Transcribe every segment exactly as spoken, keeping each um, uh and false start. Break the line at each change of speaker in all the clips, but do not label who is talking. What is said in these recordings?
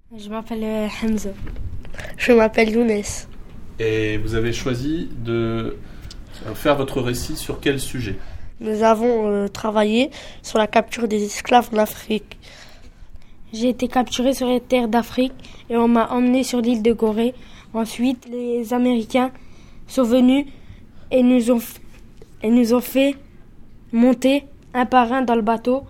Je m'appelle euh, Hamza.
Je m'appelle Younes.
Et vous avez choisi de faire votre récit sur quel sujet ?
Nous avons euh, travaillé sur la capture des esclaves en Afrique.
J'ai été capturé sur les terres d'Afrique et on m'a emmené sur l'île de Gorée. Ensuite, les Américains sont venus et nous ont, f- et nous ont fait monter un par un dans le bateau.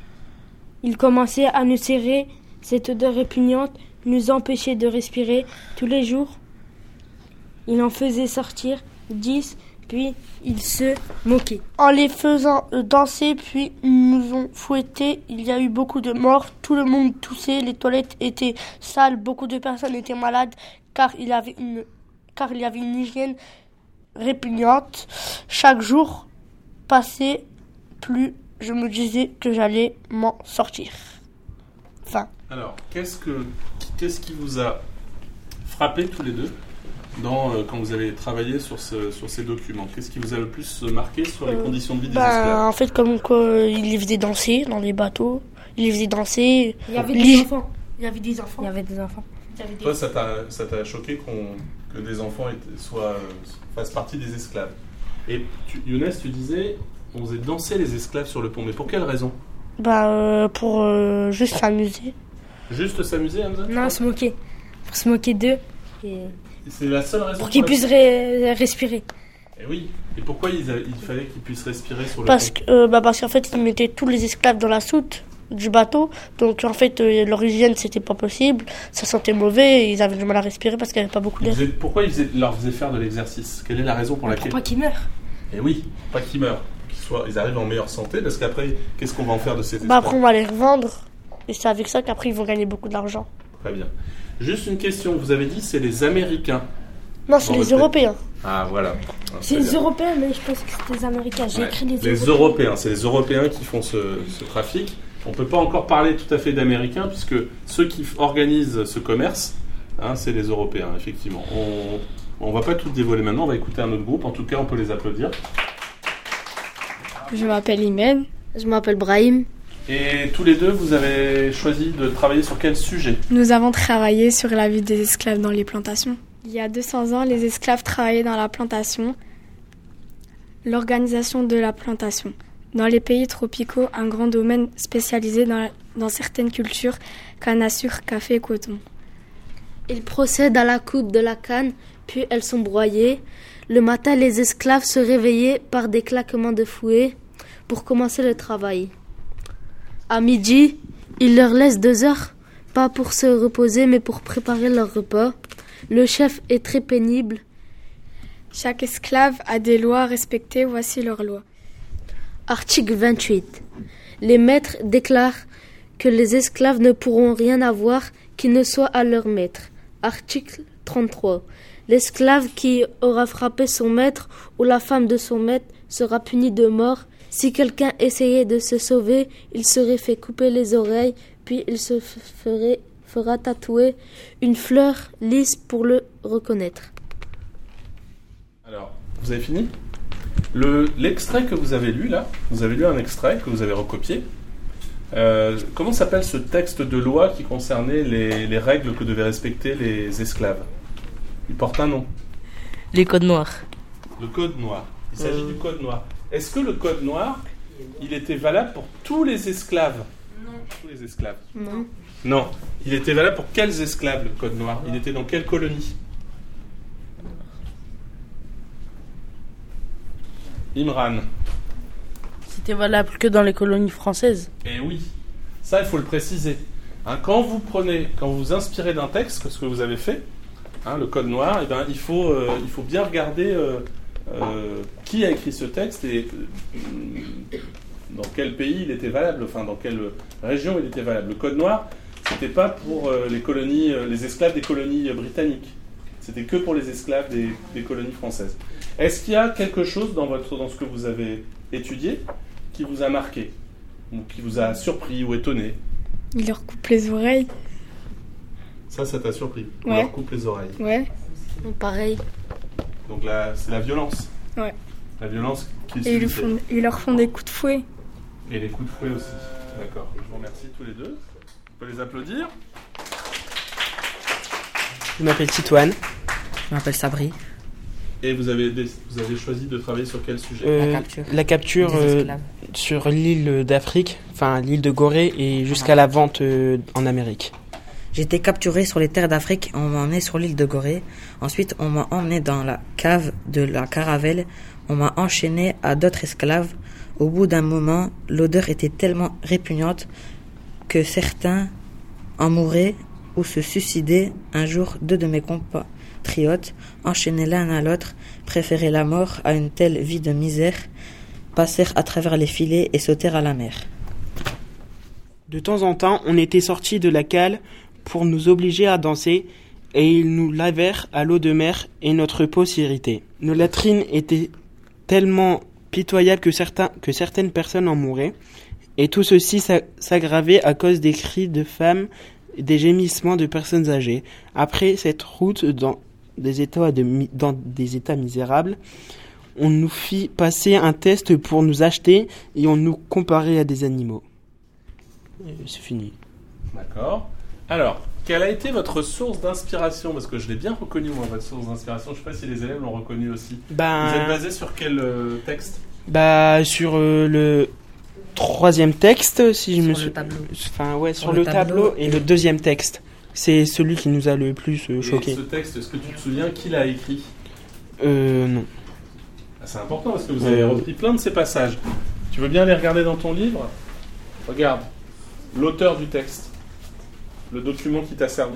Ils commençaient à nous serrer. Cette odeur répugnante nous empêchait de respirer tous les jours. Ils en faisaient sortir dix, puis ils se moquaient.
En les faisant euh, danser, puis ils nous ont fouettés. Il y a eu beaucoup de morts. Tout le monde toussait. Les toilettes étaient sales. Beaucoup de personnes étaient malades car il y avait une, car il y avait une hygiène répugnante. Chaque jour passé, plus je me disais que j'allais m'en sortir. Enfin.
Alors, qu'est-ce que qu'est-ce qui vous a frappé tous les deux dans, euh, quand vous avez travaillé sur, ce, sur ces documents ? Qu'est-ce qui vous a le plus marqué sur les euh, conditions de vie des
bah,
esclaves ?
En fait, comme quoi, ils les faisaient danser dans les bateaux. Ils les faisaient danser.
Il y avait
les...
des enfants.
Il y avait des enfants.
Il y avait des enfants.
Des... Toi, ça t'a, ça t'a choqué qu'on, que des enfants étaient, soient, fassent partie des esclaves. Et tu, Younes, tu disais, on faisait danser les esclaves sur le pont. Mais pour quelle raison ?
Bah, euh, pour euh, juste s'amuser.
Juste s'amuser, Hamza ?
Non, se moquer. Pour se moquer d'eux. Et...
C'est la seule raison
pour qu'ils puissent ré- respirer.
Et oui. Et pourquoi il, a, il fallait qu'ils puissent respirer sur le
parce
pont ?
que, euh, bah Parce qu'en fait, ils mettaient tous les esclaves dans la soute du bateau. Donc, en fait, euh, leur hygiène, c'était pas possible. Ça sentait mauvais. Et ils avaient du mal à respirer parce qu'il n'y avait pas beaucoup d'air.
Faisaient, pourquoi ils faisaient, leur faisaient faire de l'exercice ? Quelle est la raison pour laquelle ?
Pour pas qu'ils meurent.
Et oui, pas qu'ils meurent. Qu'ils soient, ils arrivent en meilleure santé. Parce qu'après, qu'est-ce qu'on va en faire de ces esclaves ?
Bah après, on va les revendre. Et c'est avec ça qu'après, ils vont gagner beaucoup d'argent.
Très bien. Juste une question. Vous avez dit c'est les Américains.
Non, c'est les Européens.
Ah, voilà. Ah,
c'est les Européens, mais je pense que c'est les Américains. J'ai ouais. écrit les Européens.
Les Européens, c'est les Européens qui font ce, ce trafic. On ne peut pas encore parler tout à fait d'Américains, puisque ceux qui organisent ce commerce, hein, c'est les Européens, effectivement. On ne va pas tout dévoiler maintenant, on va écouter un autre groupe. En tout cas, on peut les applaudir.
Je m'appelle Imen.
Je m'appelle Brahim.
Et tous les deux, vous avez choisi de travailler sur quel sujet ?
Nous avons travaillé sur la vie des esclaves dans les plantations. Il y a deux cents ans, les esclaves travaillaient dans la plantation, l'organisation de la plantation. Dans les pays tropicaux, un grand domaine spécialisé dans, dans certaines cultures, canne à sucre, café et coton.
Ils procèdent à la coupe de la canne, puis elles sont broyées. Le matin, les esclaves se réveillaient par des claquements de fouet pour commencer le travail. À midi, ils leur laissent deux heures, pas pour se reposer, mais pour préparer leur repas. Le chef est très pénible.
Chaque esclave a des lois à respecter. Voici leurs lois.
Article vingt-huit. Les maîtres déclarent que les esclaves ne pourront rien avoir qui ne soit à leur maître. Article trente-trois. L'esclave qui aura frappé son maître ou la femme de son maître sera puni de mort. Si quelqu'un essayait de se sauver, il serait fait couper les oreilles, puis il se ferait, fera tatouer une fleur lisse pour le reconnaître.
Alors, vous avez fini ? Le, l'extrait que vous avez lu, là, vous avez lu un extrait que vous avez recopié. Euh, comment s'appelle ce texte de loi qui concernait les, les règles que devaient respecter les esclaves ? Il porte un nom.
Les codes noirs.
Le code noir. Il s'agit euh... du code noir. Est-ce que le code noir, il était valable pour tous les esclaves ?
Non.
Tous les esclaves ?
Non.
Non. Il était valable pour quels esclaves, le code noir ? Il était dans quelle colonie ? Imran.
C'était valable que dans les colonies françaises.
Eh oui. Ça, il faut le préciser. Hein, quand vous prenez, quand vous vous inspirez d'un texte, ce que vous avez fait, hein, le code noir, eh ben, il faut, euh, il faut bien regarder... Euh, Euh, qui a écrit ce texte et euh, dans quel pays il était valable, enfin dans quelle région il était valable. Le code noir, c'était pas pour euh, les colonies, euh, les esclaves des colonies euh, britanniques. C'était que pour les esclaves des, des colonies françaises. Est-ce qu'il y a quelque chose dans votre, dans ce que vous avez étudié qui vous a marqué ou qui vous a surpris ou étonné ?
Il leur coupe les oreilles.
Ça, ça t'a surpris ?
Ouais.
On leur coupe les oreilles.
Ouais.
Pareil.
Donc là, c'est la violence.
Ouais.
La violence qui est
Et ils, font, ils leur font des coups de fouet.
Et les coups de fouet aussi. D'accord. Je vous remercie tous les deux. On peut les applaudir.
Je m'appelle Titoine.
Je m'appelle Sabri.
Et vous avez, des- vous avez choisi de travailler sur quel sujet
Euh,
La capture.
la capture
Des
euh,
esclaves.
sur l'île d'Afrique, enfin l'île de Gorée et jusqu'à la vente euh, en Amérique.
J'ai été capturé sur les terres d'Afrique. On m'a emmené sur l'île de Gorée. Ensuite, on m'a emmené dans la cave de la caravelle. On m'a enchaîné à d'autres esclaves. Au bout d'un moment, l'odeur était tellement répugnante que certains en mouraient ou se suicidaient. Un jour, deux de mes compatriotes, enchaînés l'un à l'autre, préféraient la mort à une telle vie de misère, passèrent à travers les filets et sautèrent à la mer.
De temps en temps, on était sortis de la cale pour nous obliger à danser et ils nous lavèrent à l'eau de mer et notre peau s'irritait. Nos latrines étaient tellement pitoyables que, certains, que certaines personnes en mouraient et tout ceci s'a- s'aggravait à cause des cris de femmes et des gémissements de personnes âgées. Après cette route dans des états, de, mi- dans des états misérables, on nous fit passer un test pour nous acheter et on nous comparait à des animaux. Et c'est fini.
D'accord. Alors, quelle a été votre source d'inspiration? Parce que je l'ai bien reconnu, moi, votre source d'inspiration. Je ne sais pas si les élèves l'ont reconnu aussi.
Ben,
Vous êtes basé sur quel euh, texte?
bah, sur euh, le troisième texte, si je
Sur
me
le
souviens.
tableau.
Enfin, ouais, sur,
Sur
le,
le
tableau,
tableau.
et le deuxième texte. C'est celui qui nous a le plus euh,
Et
choqué.
ce texte, est-ce que tu te souviens qui l'a écrit?
Euh, non.
Ah, c'est important parce que vous avez repris plein de ces passages. Tu veux bien les regarder dans ton livre? Regarde. L'auteur du texte. Le document qui t'a servi.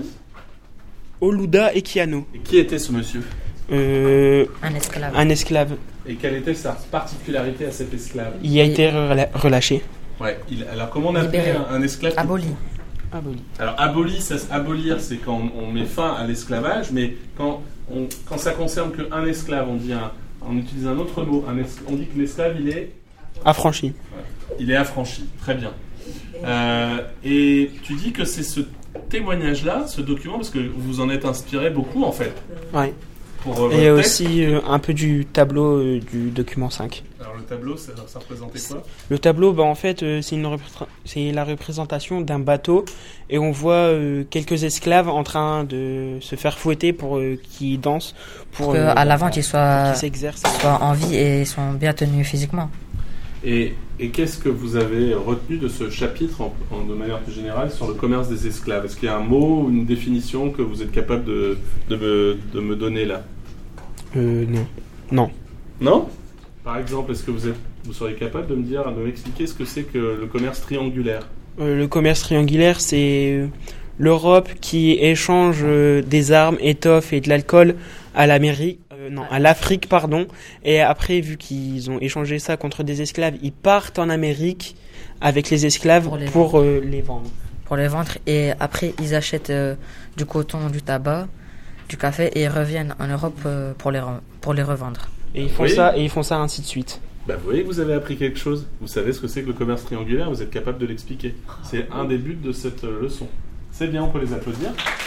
Oluda Equiano.
Et qui était ce monsieur?
Euh,
Un esclave.
un esclave.
Et quelle était sa particularité à cet esclave?
Il a été rela- relâché.
Ouais. Il, alors, comment on appelait
Libéré.
un, un esclave qui-
Aboli.
Aboli.
Alors, aboli, ça, abolir, c'est quand on met fin à l'esclavage, mais quand, on, quand ça concerne qu'un esclave, on dit un, on utilise un autre mot. Un es- on dit que l'esclave, il est,
Affranchi.
il est affranchi. Très bien. Euh, et tu dis que c'est ce témoignage-là, ce document, parce que vous en êtes inspiré beaucoup, en fait,
Ouais.
pour euh,
Et
votre texte.
aussi euh, un peu du tableau euh, du document cinq.
Alors, le tableau, ça, ça représentait quoi?
Le tableau, bah, en fait, euh, c'est, une repré- c'est la représentation d'un bateau et on voit euh, quelques esclaves en train de se faire fouetter pour euh, qu'ils dansent, pour,
Pour qu'à
euh,
l'avant, qu'ils soient,
qu'ils s'exercent.
soient en vie et sont bien tenus physiquement.
Et, et qu'est-ce que vous avez retenu de ce chapitre, en, en- de manière plus générale, sur le commerce des esclaves? Est-ce qu'il y a un mot ou une définition que vous êtes capable de, de, me, de me donner là?
Euh, non. Non.
Non? Par exemple, est-ce que vous, êtes, vous seriez capable de me dire, de m'expliquer ce que c'est que le commerce triangulaire?
Euh, le commerce triangulaire, c'est euh, l'Europe qui échange euh, des armes, étoffes et de l'alcool à l'Amérique, euh, non, à l'Afrique, pardon. Et après, vu qu'ils ont échangé ça contre des esclaves, ils partent en Amérique avec les esclaves
Pour les
pour euh, les vendre.
Pour les vendre. Et après, ils achètent euh, du coton, du tabac, du café et ils reviennent en Europe euh, pour, les re- pour les revendre.
Et ils font
Oui.
ça et ils font ça ainsi de suite.
Bah, vous voyez que vous avez appris quelque chose. Vous savez ce que c'est que le commerce triangulaire, vous êtes capable de l'expliquer. C'est un des buts de cette euh, leçon. C'est bien, on peut les applaudir.